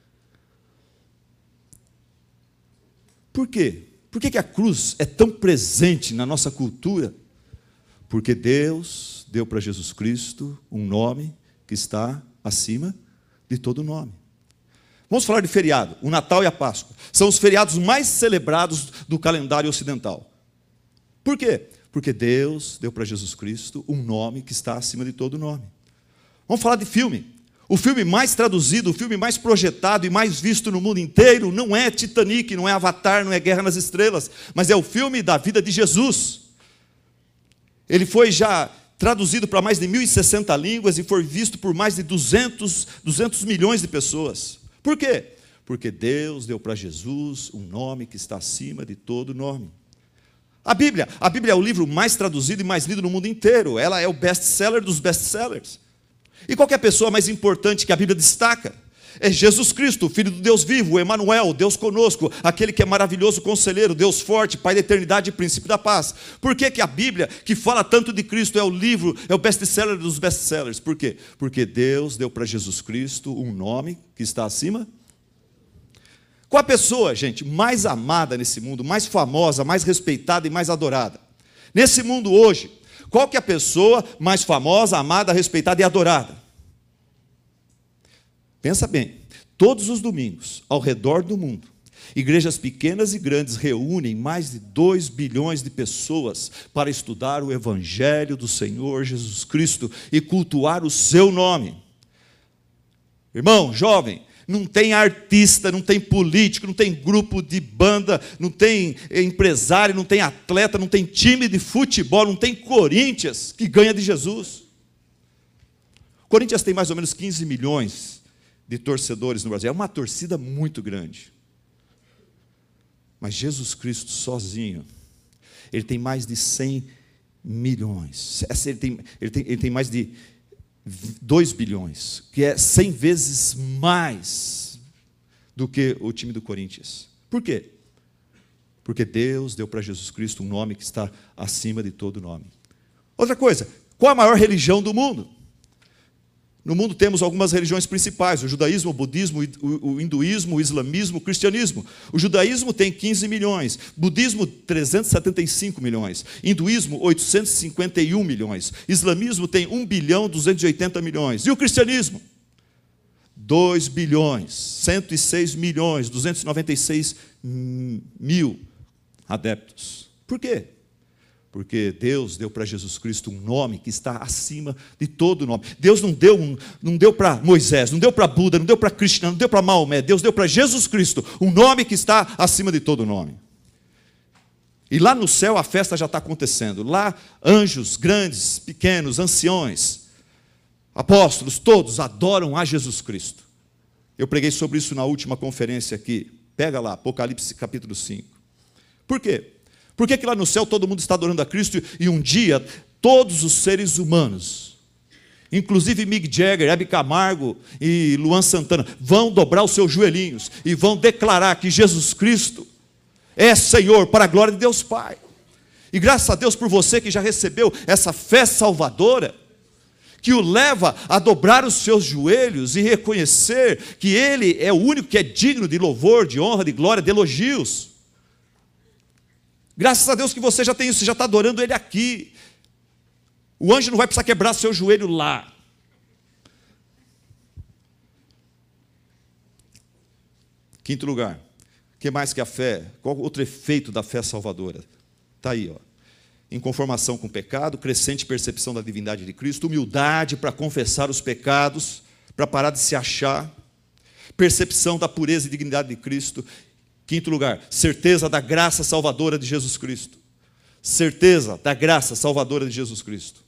Por quê? Por que que a cruz é tão presente na nossa cultura? Porque Deus deu para Jesus Cristo um nome que está acima de todo nome. Vamos falar de feriado. O Natal e a Páscoa são os feriados mais celebrados do calendário ocidental. Por quê? Porque Deus deu para Jesus Cristo um nome que está acima de todo nome. Vamos falar de filme. O filme mais traduzido, o filme mais projetado e mais visto no mundo inteiro não é Titanic, não é Avatar, não é Guerra nas Estrelas, mas é o filme da vida de Jesus. Ele foi já traduzido para mais de mil e sessenta línguas e foi visto por mais de duzentos, duzentos milhões de pessoas. Por quê? Porque Deus deu para Jesus um nome que está acima de todo nome. A Bíblia, a Bíblia é o livro mais traduzido e mais lido no mundo inteiro. Ela é o best-seller dos best-sellers. E qual que é a pessoa mais importante que a Bíblia destaca? É Jesus Cristo, Filho do Deus vivo, Emanuel, Deus conosco, aquele que é maravilhoso conselheiro, Deus forte, Pai da eternidade e príncipe da paz. Por que que a Bíblia, que fala tanto de Cristo, é o livro, é o best-seller dos best-sellers? Por quê? Porque Deus deu para Jesus Cristo um nome que está acima. Qual a pessoa, gente, mais amada nesse mundo, mais famosa, mais respeitada e mais adorada? Nesse mundo hoje, qual que é a pessoa mais famosa, amada, respeitada e adorada? Pensa bem, todos os domingos, ao redor do mundo, Igrejas pequenas e grandes reúnem mais de dois bilhões de pessoas para estudar o Evangelho do Senhor Jesus Cristo e cultuar o seu nome. Irmão, jovem, não tem artista, não tem político, não tem grupo de banda, não tem empresário, não tem atleta, não tem time de futebol, não tem Corinthians que ganha de Jesus. Corinthians tem mais ou menos quinze milhões de torcedores no Brasil. É uma torcida muito grande. Mas Jesus Cristo sozinho, Ele tem mais de cem milhões. Ele tem, ele tem, ele tem mais de dois bilhões, que é cem vezes mais do que o time do Corinthians. Por quê? Porque Deus deu para Jesus Cristo um nome que está acima de todo nome. Outra coisa, qual a maior religião do mundo? No mundo temos algumas religiões principais: o judaísmo, o budismo, o hinduísmo, o islamismo, o cristianismo. O judaísmo tem quinze milhões, budismo trezentos e setenta e cinco milhões, hinduísmo oitocentos e cinquenta e um milhões, islamismo tem um bilhão duzentos e oitenta milhões. E o cristianismo? dois bilhões cento e seis milhões duzentos e noventa e seis mil adeptos. Por quê? Porque Deus deu para Jesus Cristo um nome que está acima de todo nome. Deus não deu, um, não deu para Moisés, não deu para Buda, não deu para Krishna, não deu para Maomé. Deus deu para Jesus Cristo um nome que está acima de todo nome. E lá no céu a festa já está acontecendo. Lá anjos grandes, pequenos, anciões, apóstolos, todos adoram a Jesus Cristo. Eu preguei sobre isso na última conferência aqui. Pega lá, Apocalipse capítulo cinco. Por quê? Por que que lá no céu todo mundo está adorando a Cristo e um dia todos os seres humanos, inclusive Mick Jagger, Hebe Camargo e Luan Santana, vão dobrar os seus joelhinhos e vão declarar que Jesus Cristo é Senhor para a glória de Deus Pai? E graças a Deus por você que já recebeu essa fé salvadora, que o leva a dobrar os seus joelhos e reconhecer que Ele é o único que é digno de louvor, de honra, de glória, de elogios. Graças a Deus que você já tem isso, você já está adorando Ele aqui. O anjo não vai precisar quebrar seu joelho lá. Quinto lugar, o que mais que a fé? Qual outro efeito da fé salvadora? Está aí, ó. Inconformação com o pecado, crescente percepção da divindade de Cristo, humildade para confessar os pecados, para parar de se achar, percepção da pureza e dignidade de Cristo. Quinto lugar, certeza da graça salvadora de Jesus Cristo. Certeza da graça salvadora de Jesus Cristo.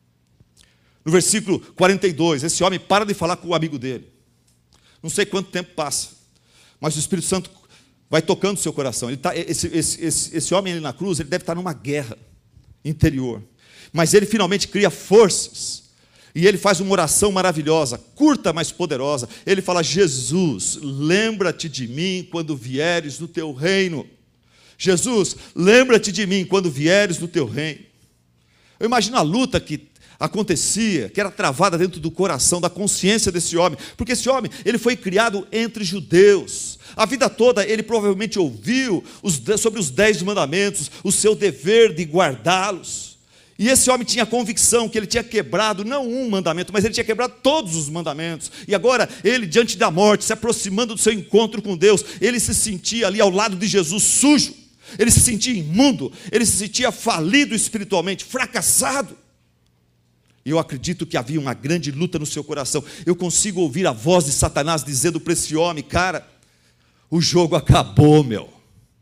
No versículo quarenta e dois, esse homem para de falar com o amigo dele. Não sei quanto tempo passa, mas o Espírito Santo vai tocando o seu coração. Ele tá, esse, esse, esse, esse homem ali na cruz, ele deve estar numa guerra interior. Mas ele finalmente cria forças. E ele faz uma oração maravilhosa, curta, mas poderosa. Ele fala: Jesus, lembra-te de mim quando vieres no teu reino. Jesus, lembra-te de mim quando vieres no teu reino. Eu imagino a luta que acontecia, que era travada dentro do coração, da consciência desse homem. Porque esse homem, ele foi criado entre judeus. A vida toda ele provavelmente ouviu os, sobre os dez mandamentos, o seu dever de guardá-los. E esse homem tinha convicção que ele tinha quebrado, não um mandamento, mas ele tinha quebrado todos os mandamentos. E agora, ele, diante da morte, se aproximando do seu encontro com Deus, ele se sentia ali ao lado de Jesus sujo, ele se sentia imundo, ele se sentia falido espiritualmente, fracassado. E eu acredito que havia uma grande luta no seu coração. Eu consigo ouvir a voz de Satanás dizendo para esse homem: cara, o jogo acabou, meu.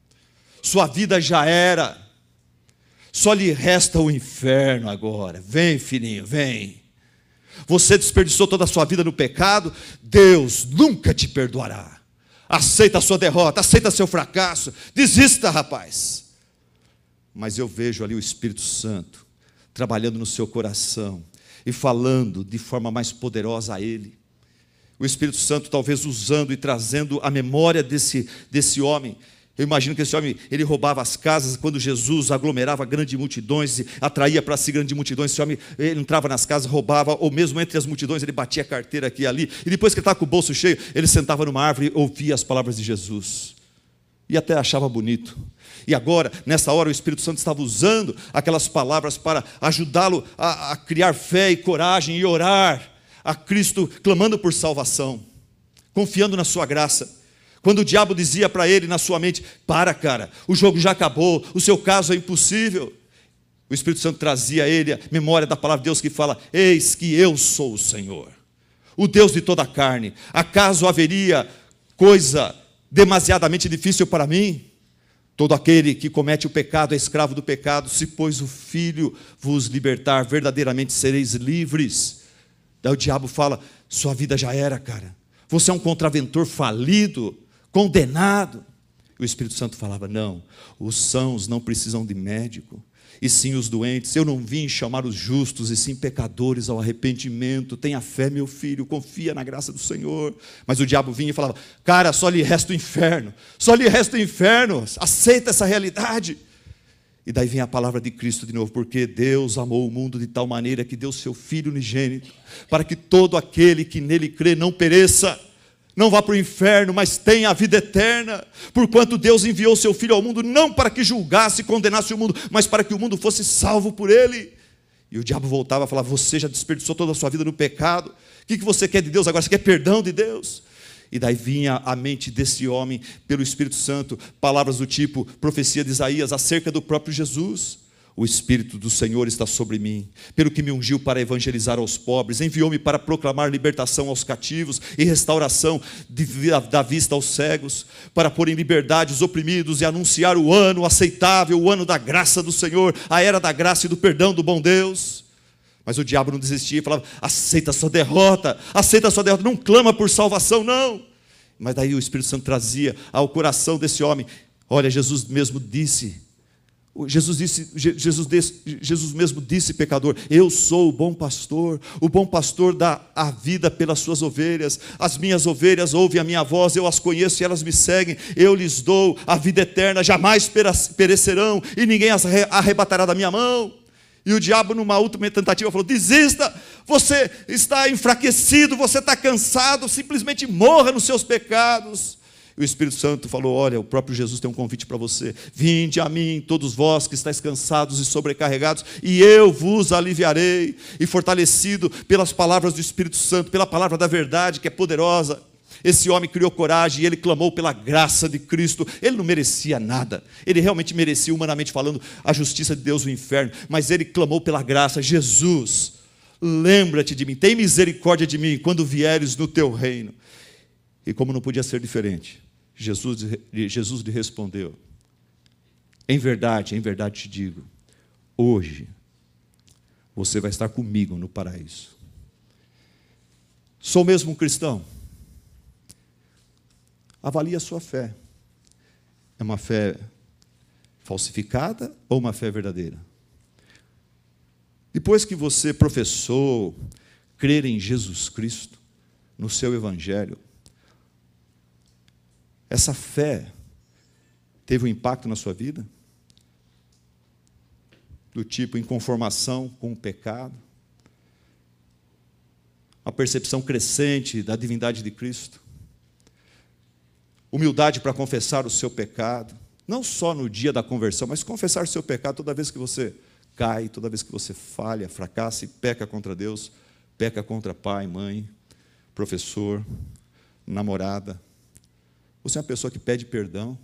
Sua vida já era. Só lhe resta o inferno agora. Vem, filhinho, vem. Você desperdiçou toda a sua vida no pecado, Deus nunca te perdoará. Aceita a sua derrota, aceita seu fracasso, desista, rapaz. Mas eu vejo ali o Espírito Santo trabalhando no seu coração e falando de forma mais poderosa a ele. O Espírito Santo talvez usando e trazendo a memória desse, desse homem. Eu imagino que esse homem, ele roubava as casas, quando Jesus aglomerava grandes multidões, e atraía para si grandes multidões, esse homem, ele entrava nas casas, roubava, ou mesmo entre as multidões, ele batia a carteira aqui e ali, e depois que ele estava com o bolso cheio, ele sentava numa árvore e ouvia as palavras de Jesus, e até achava bonito. E agora, nessa hora, o Espírito Santo estava usando aquelas palavras para ajudá-lo a, a criar fé e coragem, e orar a Cristo, clamando por salvação, confiando na sua graça. Quando o diabo dizia para ele na sua mente: para, cara, o jogo já acabou, o seu caso é impossível. O Espírito Santo trazia a ele a memória da palavra de Deus que fala: eis que eu sou o Senhor, o Deus de toda a carne. Acaso haveria coisa demasiadamente difícil para mim? Todo aquele que comete o pecado é escravo do pecado. Se, pois, o Filho vos libertar, verdadeiramente sereis livres. Daí o diabo fala: sua vida já era, cara. Você é um contraventor falido, condenado. O Espírito Santo falava: não, os sãos não precisam de médico, e sim os doentes. Eu não vim chamar os justos, e sim pecadores ao arrependimento. Tenha fé, meu filho, confia na graça do Senhor. Mas o diabo vinha e falava: cara, só lhe resta o inferno, só lhe resta o inferno, aceita essa realidade. E daí vem a palavra de Cristo de novo: porque Deus amou o mundo de tal maneira que deu seu Filho unigênito, para que todo aquele que nele crê não pereça, não vá para o inferno, mas tenha a vida eterna. Porquanto Deus enviou seu Filho ao mundo, não para que julgasse e condenasse o mundo, mas para que o mundo fosse salvo por ele. E o diabo voltava a falar: você já desperdiçou toda a sua vida no pecado, o que você quer de Deus agora? Você quer perdão de Deus? E daí vinha à mente desse homem, pelo Espírito Santo, palavras do tipo, profecia de Isaías acerca do próprio Jesus: o Espírito do Senhor está sobre mim, pelo que me ungiu para evangelizar aos pobres, enviou-me para proclamar libertação aos cativos e restauração de, da vista aos cegos, para pôr em liberdade os oprimidos e anunciar o ano aceitável, o ano da graça do Senhor, a era da graça e do perdão do bom Deus. Mas o diabo não desistia e falava: aceita a sua derrota, aceita a sua derrota, não clama por salvação, não. Mas daí o Espírito Santo trazia ao coração desse homem: olha, Jesus mesmo disse, Jesus, disse, Jesus, Jesus mesmo disse, pecador, eu sou o bom pastor, o bom pastor dá a vida pelas suas ovelhas. As minhas ovelhas ouvem a minha voz, eu as conheço e elas me seguem, eu lhes dou a vida eterna, jamais perecerão e ninguém as arrebatará da minha mão. E o diabo, numa última tentativa, falou: desista, você está enfraquecido, você está cansado, simplesmente morra nos seus pecados. E o Espírito Santo falou: olha, o próprio Jesus tem um convite para você: vinde a mim, todos vós que estáis cansados e sobrecarregados, e eu vos aliviarei. E fortalecido pelas palavras do Espírito Santo, pela palavra da verdade que é poderosa, esse homem criou coragem e ele clamou pela graça de Cristo. Ele não merecia nada, ele realmente merecia, humanamente falando, a justiça de Deus, o inferno, mas ele clamou pela graça: Jesus, lembra-te de mim, tem misericórdia de mim quando vieres no teu reino. E como não podia ser diferente, Jesus, Jesus lhe respondeu: em verdade, em verdade te digo, hoje você vai estar comigo no paraíso. Sou mesmo um cristão? Avalie a sua fé. É uma fé falsificada ou uma fé verdadeira? Depois que você professou crer em Jesus Cristo, no seu Evangelho, essa fé teve um impacto na sua vida? Do tipo inconformação com o pecado? A percepção crescente da divindade de Cristo? Humildade para confessar o seu pecado? Não só no dia da conversão, mas confessar o seu pecado toda vez que você cai, toda vez que você falha, fracassa e peca contra Deus, peca contra pai, mãe, professor, namorada. Você é uma pessoa que pede perdão?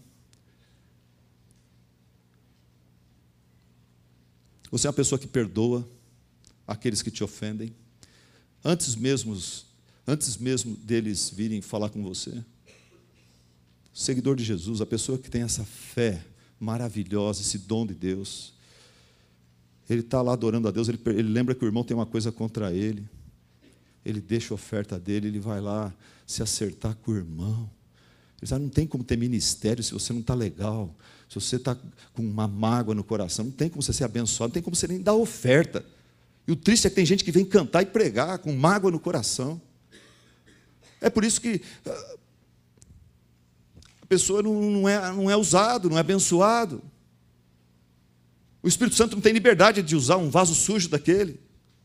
Você é uma pessoa que perdoa aqueles que te ofendem, antes mesmo, antes mesmo deles virem falar com você? Seguidor de Jesus, a pessoa que tem essa fé maravilhosa, esse dom de Deus, ele está lá adorando a Deus, ele, ele lembra que o irmão tem uma coisa contra ele, ele deixa a oferta dele, ele vai lá se acertar com o irmão. Ele diz: ah, não tem como ter ministério se você não está legal, se você está com uma mágoa no coração, não tem como você ser abençoado, não tem como você nem dar oferta. E o triste é que tem gente que vem cantar e pregar com mágoa no coração. É por isso que a pessoa não, não, é, não é usado, não é abençoado. O Espírito Santo não tem liberdade de usar um vaso sujo daquele.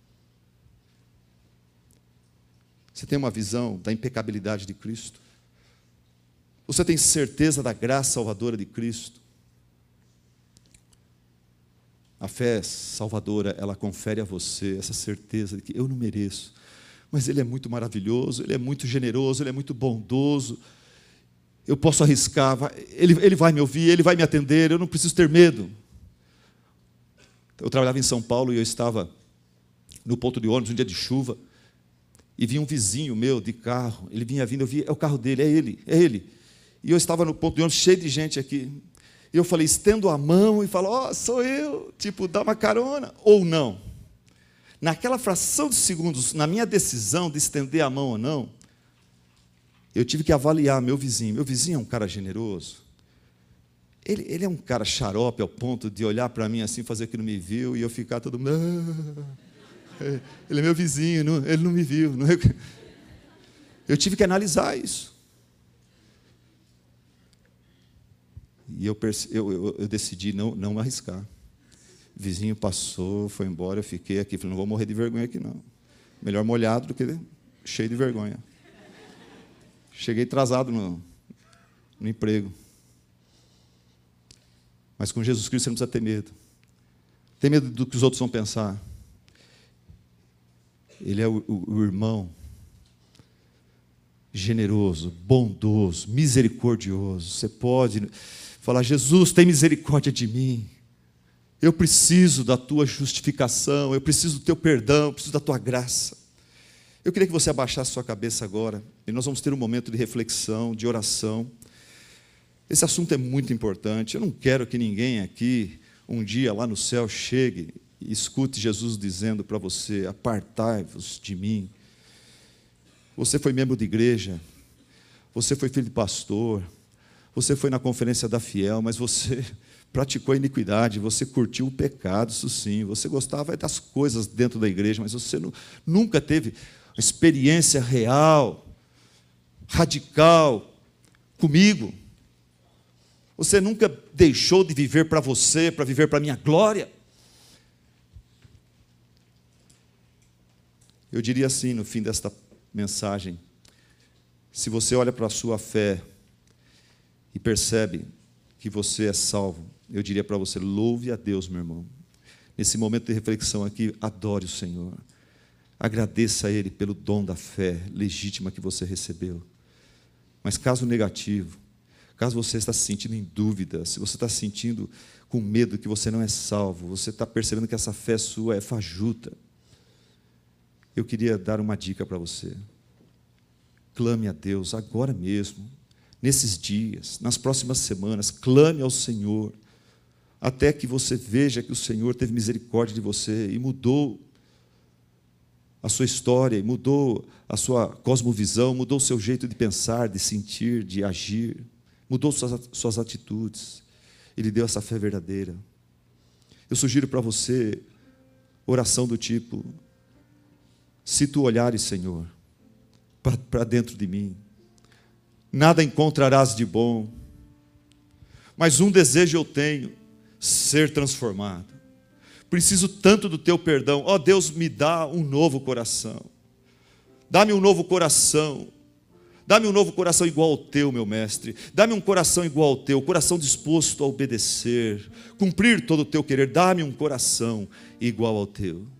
Você tem uma visão da impecabilidade de Cristo? Você tem certeza da graça salvadora de Cristo? A fé salvadora, ela confere a você essa certeza de que eu não mereço, mas Ele é muito maravilhoso, Ele é muito generoso, Ele é muito bondoso, eu posso arriscar, vai, ele, ele vai me ouvir, ele vai me atender, eu não preciso ter medo. Eu trabalhava em São Paulo e eu estava no ponto de ônibus, um dia de chuva, e vinha um vizinho meu de carro, ele vinha vindo, eu vi, é o carro dele, é ele, é ele. E eu estava no ponto de ônibus, cheio de gente aqui. E eu falei, estendo a mão e falo, ó, oh, sou eu, tipo, dá uma carona, ou não. Naquela fração de segundos, na minha decisão de estender a mão ou não, eu tive que avaliar meu vizinho. Meu vizinho é um cara generoso. Ele, ele é um cara xarope ao ponto de olhar para mim assim, fazer que não me viu, e eu ficar todo mundo... Ah, ele é meu vizinho, não, ele não me viu. Não... Eu tive que analisar isso. E eu, eu, eu, eu decidi não, não arriscar. O vizinho passou, foi embora, eu fiquei aqui. Falei, não vou morrer de vergonha aqui, não. Melhor molhado do que cheio de vergonha. Cheguei atrasado no, no emprego. Mas com Jesus Cristo você não precisa ter medo. Tem medo do que os outros vão pensar. Ele é o, o, o irmão generoso, bondoso, misericordioso. Você pode falar, Jesus, tem misericórdia de mim. Eu preciso da tua justificação, eu preciso do teu perdão, eu preciso da tua graça. Eu queria que você abaixasse sua cabeça agora, e nós vamos ter um momento de reflexão, de oração. Esse assunto é muito importante. Eu não quero que ninguém aqui, um dia lá no céu, chegue e escute Jesus dizendo para você, apartai-vos de mim. Você foi membro de igreja, você foi filho de pastor, você foi na conferência da Fiel, mas você praticou a iniquidade, você curtiu o pecado, isso sim, você gostava das coisas dentro da igreja, mas você não, nunca teve uma experiência real, radical, comigo. Você nunca deixou de viver para você, para viver para a minha glória. Eu diria assim, no fim desta mensagem, se você olha para a sua fé e percebe que você é salvo, eu diria para você, louve a Deus, meu irmão. Nesse momento de reflexão aqui, adore o Senhor. Agradeça a Ele pelo dom da fé legítima que você recebeu. Mas caso negativo, caso você está se sentindo em dúvida, se você está se sentindo com medo que você não é salvo, você está percebendo que essa fé sua é fajuta, eu queria dar uma dica para você. Clame a Deus agora mesmo, nesses dias, nas próximas semanas, clame ao Senhor, até que você veja que o Senhor teve misericórdia de você e mudou a sua história, e mudou a sua cosmovisão, mudou o seu jeito de pensar, de sentir, de agir, mudou suas, suas atitudes. Ele deu essa fé verdadeira. Eu sugiro para você oração do tipo, se tu olhares, Senhor, para dentro de mim, nada encontrarás de bom, mas um desejo eu tenho, ser transformado. Preciso tanto do teu perdão. Ó Deus, me dá um novo coração. Dá-me um novo coração. Dá-me um novo coração igual ao teu, meu mestre. Dá-me um coração igual ao teu, coração disposto a obedecer, cumprir todo o teu querer. Dá-me um coração igual ao teu.